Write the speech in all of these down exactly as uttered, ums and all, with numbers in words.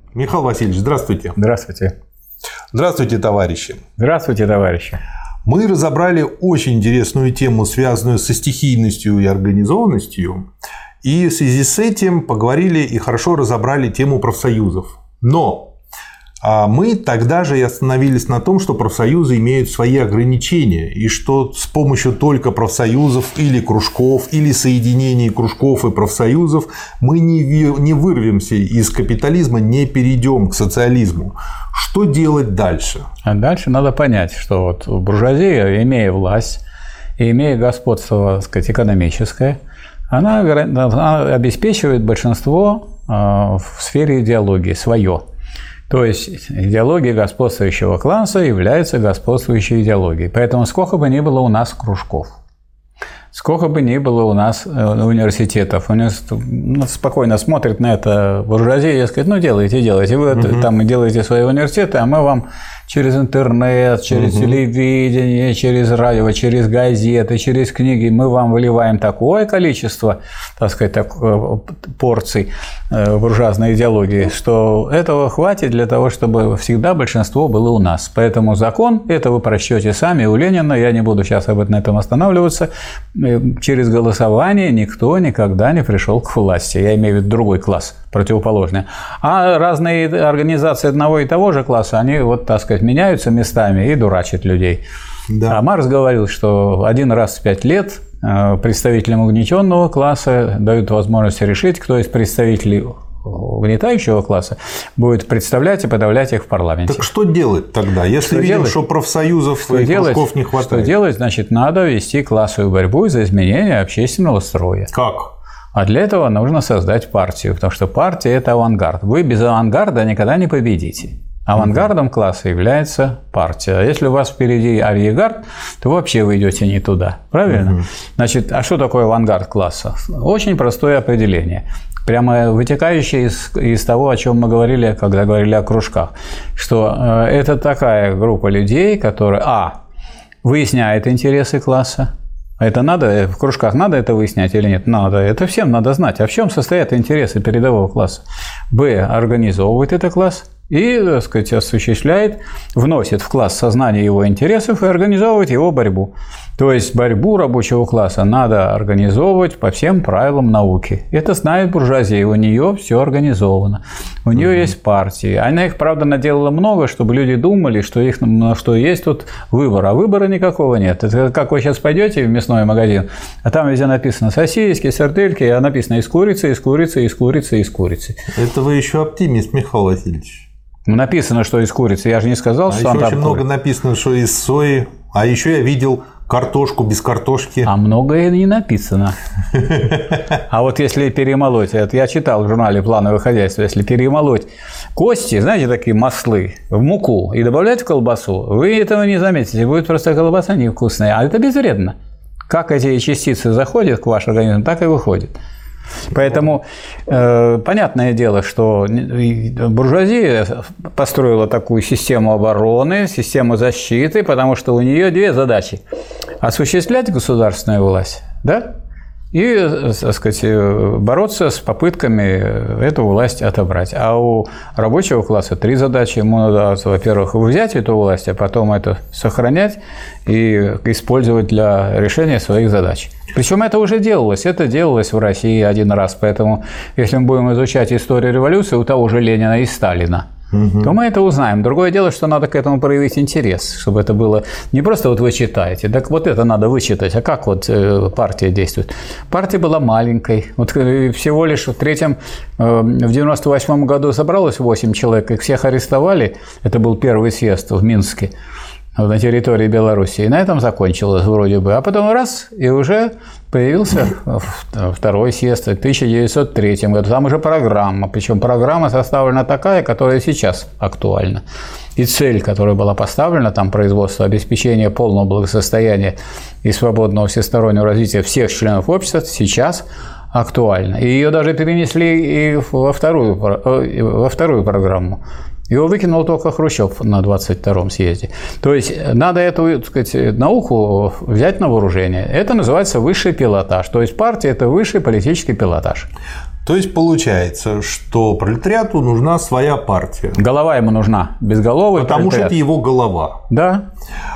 Михаил Васильевич, здравствуйте. Здравствуйте. Здравствуйте, товарищи. Здравствуйте, товарищи. Мы разобрали очень интересную тему, связанную со стихийностью и организованностью. И в связи с этим поговорили и хорошо разобрали тему профсоюзов. Но мы тогда же и остановились на том, что профсоюзы имеют свои ограничения, и что с помощью только профсоюзов или кружков, или соединений кружков и профсоюзов мы не вырвемся из капитализма, не перейдем к социализму. Что делать дальше? А дальше надо понять, что вот буржуазия, имея власть и имея господство, так сказать, экономическое, она, она обеспечивает большинство в сфере идеологии свое. То есть идеология господствующего класса является господствующей идеологией. Поэтому сколько бы ни было у нас кружков, сколько бы ни было у нас университетов, университет спокойно смотрит на это буржуазия и сказать, ну делайте, делайте, вы угу. там делаете свои университеты, а мы вам через интернет, через угу. телевидение, через радио, через газеты, через книги мы вам выливаем такое количество, так сказать, так, порций буржуазной идеологии, что этого хватит для того, чтобы всегда большинство было у нас. Поэтому закон, это вы прочтете сами у Ленина, я не буду сейчас об этом останавливаться, через голосование никто никогда не пришел к власти. Я имею в виду другой класс, противоположный. А разные организации одного и того же класса, они вот, так сказать, меняются местами и дурачат людей. Да. А Маркс говорил, что один раз в пять лет представителям угнетенного класса дают возможность решить, кто из представителей угнетающего класса будет представлять и подавлять их в парламенте. Так что делать тогда, если что видим, делать? Что профсоюзов что и делать? Кружков не хватает? Что делать? Значит, надо вести классовую борьбу за изменение общественного строя. Как? А для этого нужно создать партию, потому что партия – это авангард. Вы без авангарда никогда не победите. Авангардом класса является партия. А если у вас впереди арьегард, то вообще вы идете не туда. Правильно? Угу. Значит, а что такое авангард класса? Очень простое определение. Прямо вытекающее из, из того, о чем мы говорили, когда говорили о кружках. Что э, это такая группа людей, которая, а, выясняет интересы класса. Это надо, в кружках надо это выяснять или нет? Надо. Это всем надо знать. А в чем состоят интересы передового класса? Б, организовывает этот класс. И, так сказать, осуществляет, вносит в класс сознание его интересов и организовывает его борьбу. То есть борьбу рабочего класса надо организовывать по всем правилам науки. Это знает буржуазия, у нее все организовано. У нее mm-hmm. есть партии. Она их, правда, наделала много, чтобы люди думали, что, их, что есть тут выбор. А выбора никакого нет. Это как вы сейчас пойдете в мясной магазин, а там везде написано сосиски, сардельки, а написано из курицы, из курицы, из курицы, из курицы. Это вы еще оптимист, Михаил Васильевич. Ну, написано, что из курицы. Я же не сказал, а что еще там очень много написано, что из сои. А еще я видел картошку без картошки. А многое не написано. А вот если перемолоть, это я читал в журнале «Плановое хозяйство», если перемолоть кости, знаете, такие маслы, в муку и добавлять в колбасу, вы этого не заметите, будет просто колбаса невкусная, а это безвредно. Как эти частицы заходят к вашему организму, так и выходят. Поэтому э, понятное дело, что буржуазия построила такую систему обороны, систему защиты, потому что у нее две задачи: осуществлять государственную власть, да, и, так сказать, бороться с попытками эту власть отобрать. А у рабочего класса три задачи. Ему надо, во-первых, взять эту власть, а потом это сохранять и использовать для решения своих задач. Причем это уже делалось. Это делалось в России один раз. Поэтому, если мы будем изучать историю революции у того же Ленина и Сталина, угу. то мы это узнаем. Другое дело, что надо к этому проявить интерес, чтобы это было не просто вот вы читаете, так вот это надо вычитать, а как вот партия действует. Партия была маленькой. Вот всего лишь в третьем, в девяносто восьмом году собралось восемь человек, их всех арестовали. Это был первый съезд в Минске на территории Белоруссии. И на этом закончилось вроде бы. А потом раз, и уже появился второй съезд в тысяча девятьсот третьем году. Там уже программа. Причем программа составлена такая, которая сейчас актуальна. И цель, которая была поставлена, там производство, обеспечение полного благосостояния и свободного всестороннего развития всех членов общества, сейчас актуальна. И ее даже перенесли и во вторую, во вторую программу. Его выкинул только Хрущев на двадцать втором съезде. То есть надо эту, так сказать, науку взять на вооружение. Это называется высший пилотаж. То есть партия – это высший политический пилотаж. То есть получается, что пролетариату нужна своя партия. Голова ему нужна, безголовый Потому пролетариат. что это его голова. Да.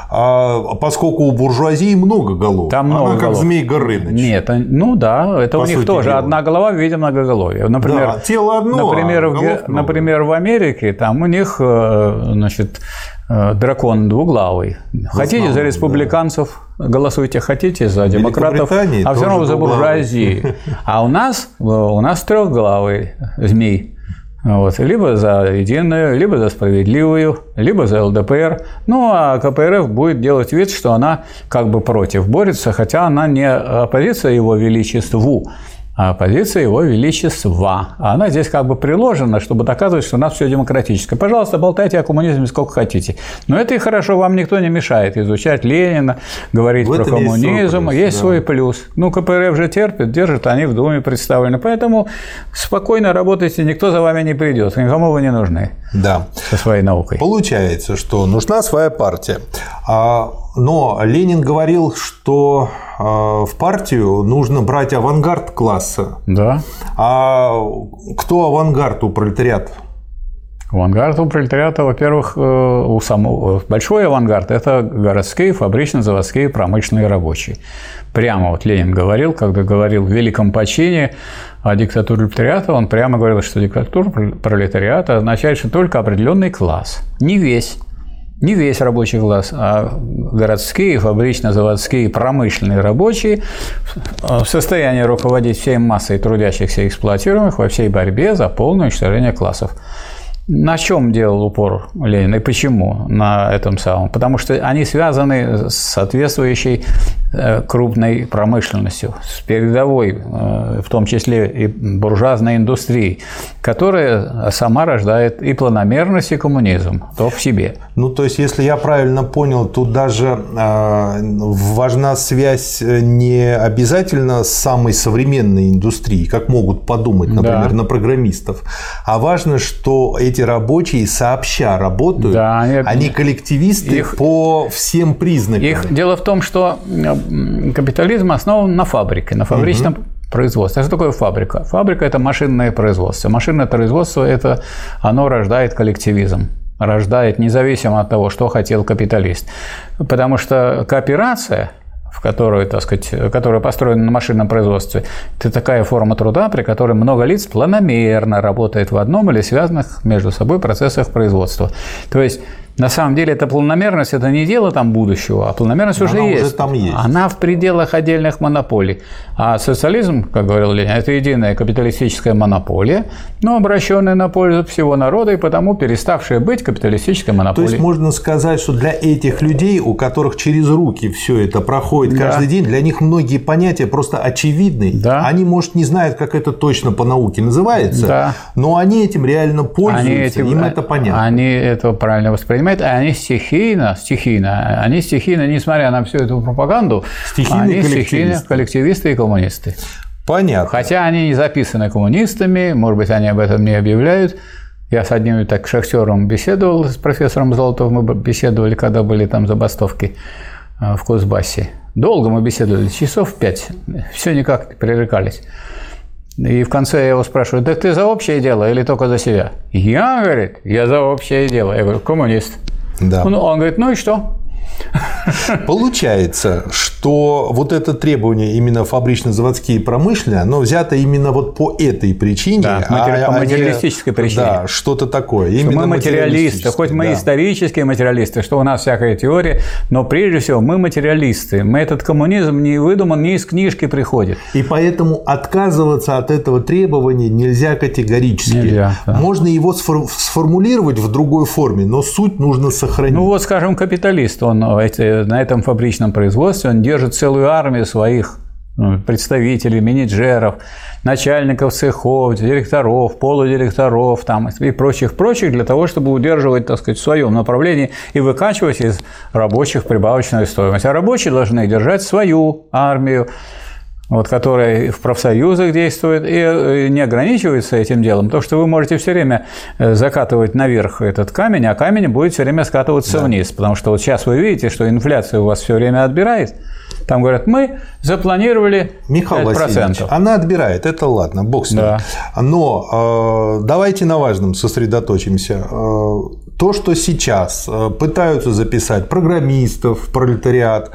А поскольку у буржуазии много голов, Там много она как голов. Змей Горыныч. Нет, ну да, это По у них сути тоже дела. одна голова в виде многоголовия. Например, Да, тело одно, например, а в, голов много. например, в Америке там у них, э, значит, э, дракон двуглавый. Хотите основном, за республиканцев голосуйте, хотите за демократов, Великобритании а все равно тоже за двуглавый. буржуазии. А у нас, э, у нас трехглавый змей. Вот. Либо за единую, либо за справедливую, либо за эл дэ пэ эр. Ну, а ка пэ эр эф будет делать вид, что она как бы против борется, хотя она не оппозиция его величеству, а оппозиция его величества. А она здесь как бы приложена, чтобы доказывать, что у нас все демократическое. Пожалуйста, болтайте о коммунизме сколько хотите. Но это и хорошо, вам никто не мешает изучать Ленина, говорить В про этом есть коммунизм. свой плюс, Есть да. свой плюс. Ну, ка пэ эр эф же терпит, держит, они в Думе представлены. Поэтому спокойно работайте, никто за вами не придет, никому вы не нужны Да. со своей наукой. Получается, что нужна своя партия. А, Но Ленин говорил, что а, в партию нужно брать авангард класса. Да. А кто авангард у пролетариата? Авангард у пролетариата, во-первых, у самого большой авангард – это городские, фабрично-заводские, промышленные рабочие. Прямо вот Ленин говорил, когда говорил в великом почине о диктатуре пролетариата, он прямо говорил, что диктатура пролетариата означает, что только определенный класс, не весь. Не весь рабочий класс, а городские, фабрично-заводские, промышленные рабочие в состоянии руководить всей массой трудящихся и эксплуатируемых во всей борьбе за полное уничтожение классов. На чем делал упор Ленин и почему на этом самом? Потому что они связаны с соответствующей крупной промышленностью, с передовой, в том числе и буржуазной индустрией, которая сама рождает и планомерность, и коммунизм, то в себе. Ну, то есть, если я правильно понял, тут даже э, важна связь не обязательно с самой современной индустрией, как могут подумать, например, да. на программистов, а важно, что эти рабочие сообща работают, да, они, они коллективисты их, по всем признакам. Их, дело в том, что капитализм основан на фабрике, на фабричном угу. производстве. А что такое фабрика? Фабрика – это машинное производство. Машинное производство – это оно рождает коллективизм. Рождает независимо от того, что хотел капиталист. Потому что кооперация, в которую, так сказать, которая построена на машинном производстве, это такая форма труда, при которой много лиц планомерно работает в одном или связанных между собой процессах производства. То есть, на самом деле, эта планомерность – это не дело там будущего, а планомерность уже Она есть. Уже там есть. Она в пределах отдельных монополий. А социализм, как говорил Ленин, это единая капиталистическая монополия, но обращенная на пользу всего народа и потому переставшая быть капиталистической монополией. То есть, можно сказать, что для этих людей, у которых через руки все это проходит да. каждый день, для них многие понятия просто очевидны. Да. Они, может, не знают, как это точно по науке называется, да. но они этим реально пользуются, они этим, им это понятно. Они это правильно воспринимают. А они стихийно, стихийно, они стихийно, несмотря на всю эту пропаганду, стихийные они стихийно коллективисты и коммунисты. Понятно. Хотя они не записаны коммунистами, может быть, они об этом не объявляют. Я с одним так шахтером беседовал, с профессором Золотовым мы беседовали, когда были там забастовки в Кузбассе. Долго мы беседовали, часов пять, все никак не пререкались. И в конце я его спрашиваю: так ты за общее дело или только за себя? Я, говорит, я за общее дело. Я говорю: коммунист. Да. Он, он говорит: ну и что? Получается, что вот это требование именно фабрично-заводские и промышленные, оно взято именно вот по этой причине. Да, матери... по материалистической причине. Да, что-то такое. Что мы материалисты, хоть мы да. исторические материалисты, что у нас всякая теория, но прежде всего мы материалисты. Мы этот коммунизм не выдуман, не из книжки приходит. И поэтому отказываться от этого требования нельзя категорически. Нельзя, да. Можно его сформулировать в другой форме, но суть нужно сохранить. Ну вот, скажем, капиталист, он на этом фабричном производстве он держит целую армию своих представителей, менеджеров, начальников цехов, директоров, полудиректоров там, и прочих-прочих для того, чтобы удерживать, так сказать, в своем направлении и выкачивать из рабочих прибавочную стоимость. А рабочие должны держать свою армию, вот, которая в профсоюзах действует и не ограничивается этим делом, потому что вы можете все время закатывать наверх этот камень, а камень будет все время скатываться да. вниз, потому что вот сейчас вы видите, что инфляция у вас все время отбирает, Там говорят, мы запланировали Михаил пять процентов. Васильевич, она отбирает, это ладно, бог с ним. Да. Но э, давайте на важном сосредоточимся. Э, то, что сейчас пытаются записать программистов в пролетариат,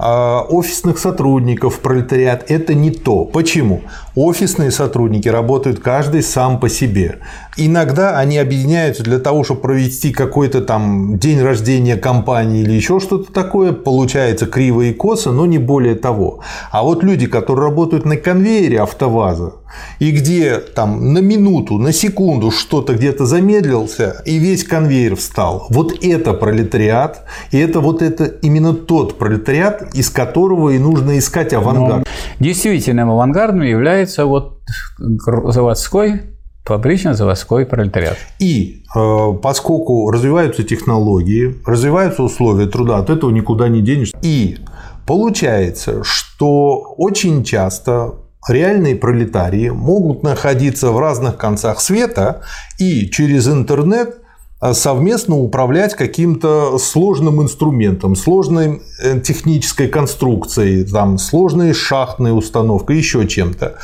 офисных сотрудников в пролетариат, это не то. Почему? Офисные сотрудники работают каждый сам по себе. Иногда они объединяются для того, чтобы провести какой-то там день рождения компании или еще что-то такое. Получается криво и косо, но не более того. А вот люди, которые работают на конвейере АвтоВАЗа, и где там на минуту, на секунду что-то где-то замедлился, и весь конвейер встал. Вот это пролетариат, и это вот это именно тот пролетариат, из которого и нужно искать авангард. Но действительным авангардом является вот заводской, фабрично-заводской пролетариат. И э, поскольку развиваются технологии, развиваются условия труда, от этого никуда не денешься. И получается, что очень часто реальные пролетарии могут находиться в разных концах света и через интернет совместно управлять каким-то сложным инструментом, сложной технической конструкцией, там, сложной шахтной установкой, еще чем-то.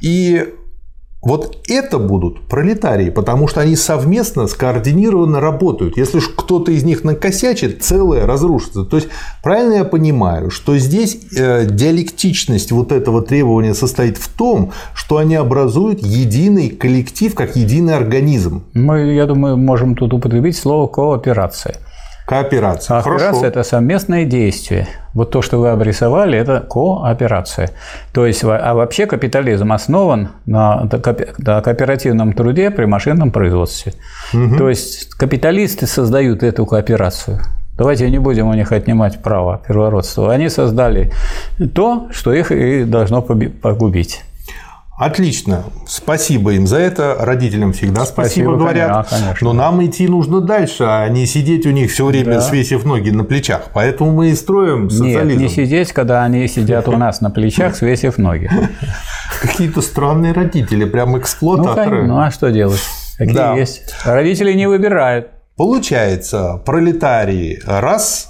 И вот это будут пролетарии, потому что они совместно, скоординированно работают. Если уж кто-то из них накосячит, целое разрушится. То есть, правильно я понимаю, что здесь диалектичность вот этого требования состоит в том, что они образуют единый коллектив, как единый организм. Мы, я думаю, можем тут употребить слово кооперация. Кооперация. Кооперация – Хорошо. это совместное действие. Вот то, что вы обрисовали, это кооперация. То есть, а вообще капитализм основан на кооперативном труде при машинном производстве. Угу. То есть, капиталисты создают эту кооперацию. Давайте не будем у них отнимать право первородства. Они создали то, что их и должно погубить. Отлично. Спасибо им за это. Родителям всегда спасибо, спасибо говорят. Конечно. Но нам идти нужно дальше, а не сидеть у них все время, да, свесив ноги на плечах. Поэтому мы и строим социализм. Нет, не сидеть, когда они сидят у нас на плечах, свесив ноги. Какие-то странные родители, прям эксплуататоры. Ну, а что делать? Какие да. есть. Родители не выбирают. Получается, пролетарии раз.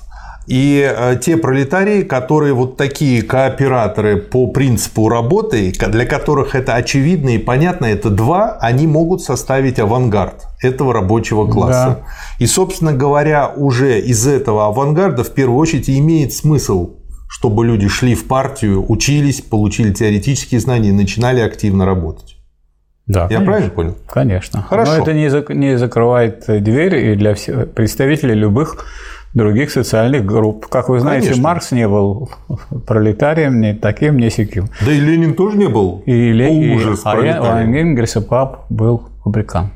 И те пролетарии, которые вот такие кооператоры по принципу работы, для которых это очевидно и понятно, это два, они могут составить авангард этого рабочего класса. Да. И, собственно говоря, уже из этого авангарда в первую очередь имеет смысл, чтобы люди шли в партию, учились, получили теоретические знания и начинали активно работать. Да, Я конечно. правильно понял? Конечно. Хорошо. Но это не закрывает дверь и для всех представителей любых других социальных групп. Как вы знаете, Конечно. Маркс не был пролетарием ни таким, ни сяким. Да и Ленин тоже не был. И Ленин, ужас а пролетарием. Энгельс пап был фабрикант.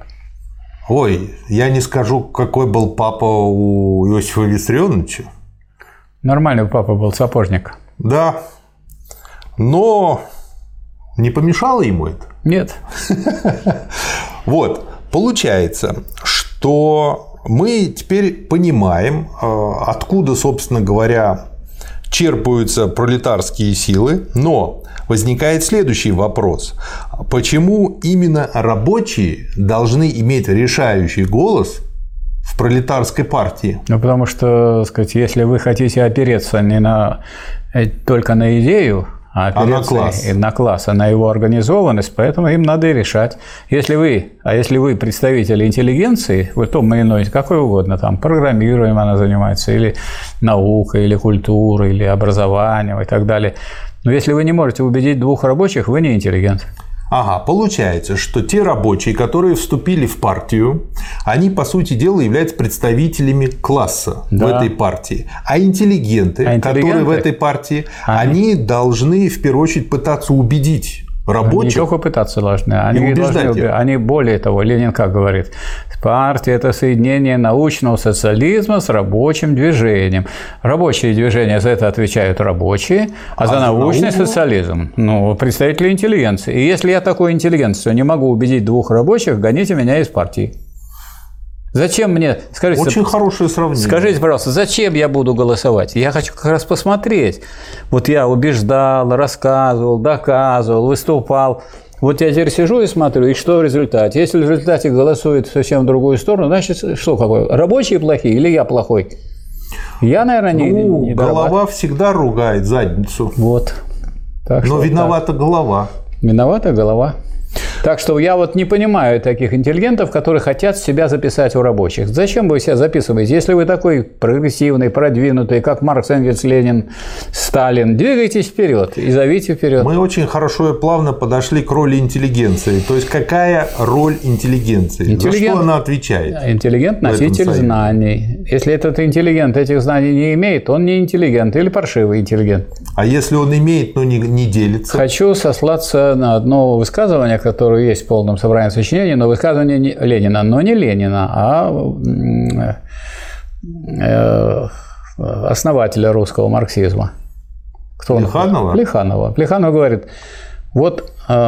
Ой, я не скажу, какой был папа у Иосифа Виссарионовича. Нормальный папа был, сапожник. Да, но не помешало ему это? Нет. Вот, получается, что мы теперь понимаем, откуда, собственно говоря, черпаются пролетарские силы, но возникает следующий вопрос. Почему именно рабочие должны иметь решающий голос в пролетарской партии? Ну, потому что, так сказать, если вы хотите опереться не на, только на идею, а а на класс. на класс, а на его организованность, поэтому им надо и решать. Если вы, а если вы представители интеллигенции, в том или иной, какой угодно, там, программированием она занимается, или наукой, или культурой, или образованием и так далее, но если вы не можете убедить двух рабочих, вы не интеллигент. Ага, получается, что те рабочие, которые вступили в партию, они, по сути дела, являются представителями класса, да, в этой партии. А интеллигенты, а интеллигенты которые в этой партии, они... они должны, в первую очередь, пытаться убедить рабочих. Они не только пытаться должны, они, должны, они более того, Ленин как говорит, партия – это соединение научного социализма с рабочим движением. Рабочие движения за это отвечают рабочие, а, а за научный науку? Социализм – ну, представители интеллигенции. И если я такой интеллигент, что не могу убедить двух рабочих, гоните меня из партии. Зачем мне, скажите, очень хорошее сравнение. Скажите, пожалуйста, зачем я буду голосовать? Я хочу как раз посмотреть. Вот я убеждал, рассказывал, доказывал, выступал. Вот я теперь сижу и смотрю, и что в результате? Если в результате голосует совсем в другую сторону, значит, что какое? Рабочие плохие или я плохой? Я, наверное, не, ну, не голова всегда ругает задницу. Вот. Так Но виновата так. голова. Виновата голова. Так что я вот не понимаю таких интеллигентов, которые хотят себя записать у рабочих. Зачем вы себя записываете? Если вы такой прогрессивный, продвинутый, как Маркс, Энгельс, Ленин, Сталин, двигайтесь вперед и зовите вперед. Мы очень хорошо и плавно подошли к роли интеллигенции. То есть, какая роль интеллигенции? Интеллигент... За что она отвечает? Интеллигент – носитель знаний. Если этот интеллигент этих знаний не имеет, он не интеллигент или паршивый интеллигент. А если он имеет, но не, не делится? Хочу сослаться на одно высказывание, которое есть в полном собрании сочинений, но высказывание не Ленина, но не Ленина, а основателя русского марксизма. Кто Плеханова? Он? Плеханова. Плеханов говорит, вот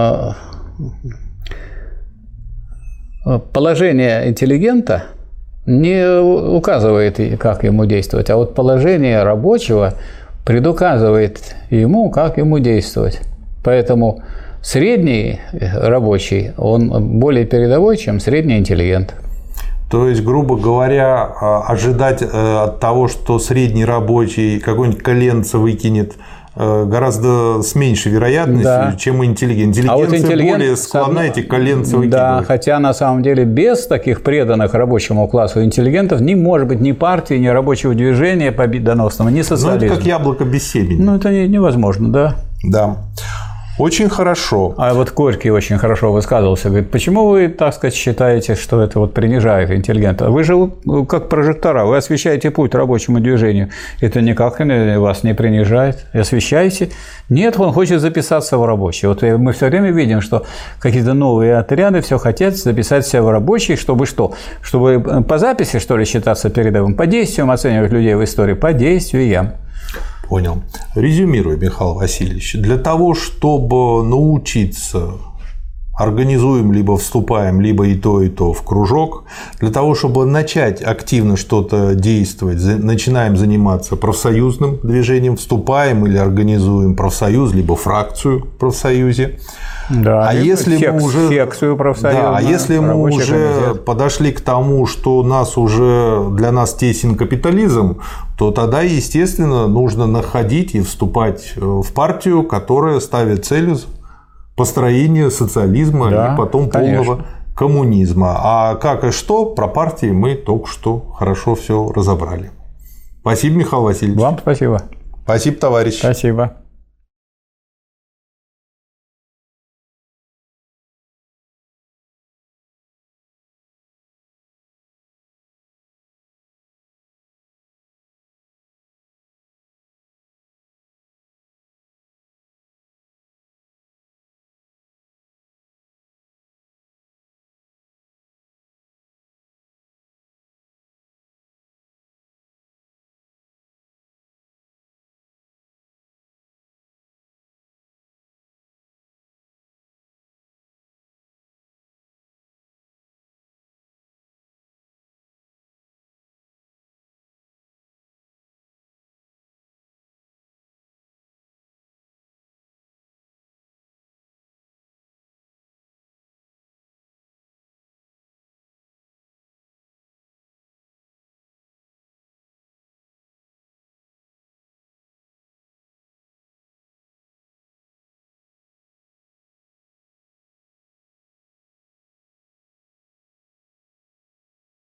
положение интеллигента не указывает, как ему действовать, а вот положение рабочего предуказывает ему, как ему действовать. Поэтому средний рабочий, он более передовой, чем средний интеллигент. То есть, грубо говоря, ожидать от того, что средний рабочий какой-нибудь коленце выкинет, гораздо с меньшей вероятностью, да. чем интеллигент. Интеллигенция а вот интеллигент, более склонна эти коленца выкидывать. Да, хотя на самом деле без таких преданных рабочему классу интеллигентов не может быть ни партии, ни рабочего движения победоносного, ни социализма. Ну, это как яблоко без семени. Ну, это невозможно, да. Да. Очень хорошо. А вот Горький очень хорошо высказывался. Говорит, почему вы, так сказать, считаете, что это вот принижает интеллигента? Вы же как прожектора, вы освещаете путь рабочему движению. Это никак вас не принижает. Освещаете. Нет, он хочет записаться в рабочий. Вот мы все время видим, что какие-то новые отряды все хотят записать себя в рабочий, чтобы что? Чтобы по записи, что ли, считаться передовым? По действиям оценивать людей в истории? По действиям. Понял. Резюмирую, Михаил Васильевич. Для того, чтобы научиться, организуем, либо вступаем, либо и то, и то в кружок, для того, чтобы начать активно что-то действовать, начинаем заниматься профсоюзным движением, вступаем или организуем профсоюз, либо фракцию в профсоюзе. Да, а если сек- мы уже, секцию профсоюза, да, а если мы уже комитет. подошли к тому, что нас уже для нас тесен капитализм, то тогда, естественно, нужно находить и вступать в партию, которая ставит целью построения социализма да, и потом конечно. полного коммунизма. А как и что, про партии мы только что хорошо все разобрали. Спасибо, Михаил Васильевич. Вам спасибо. Спасибо, товарищ. Спасибо.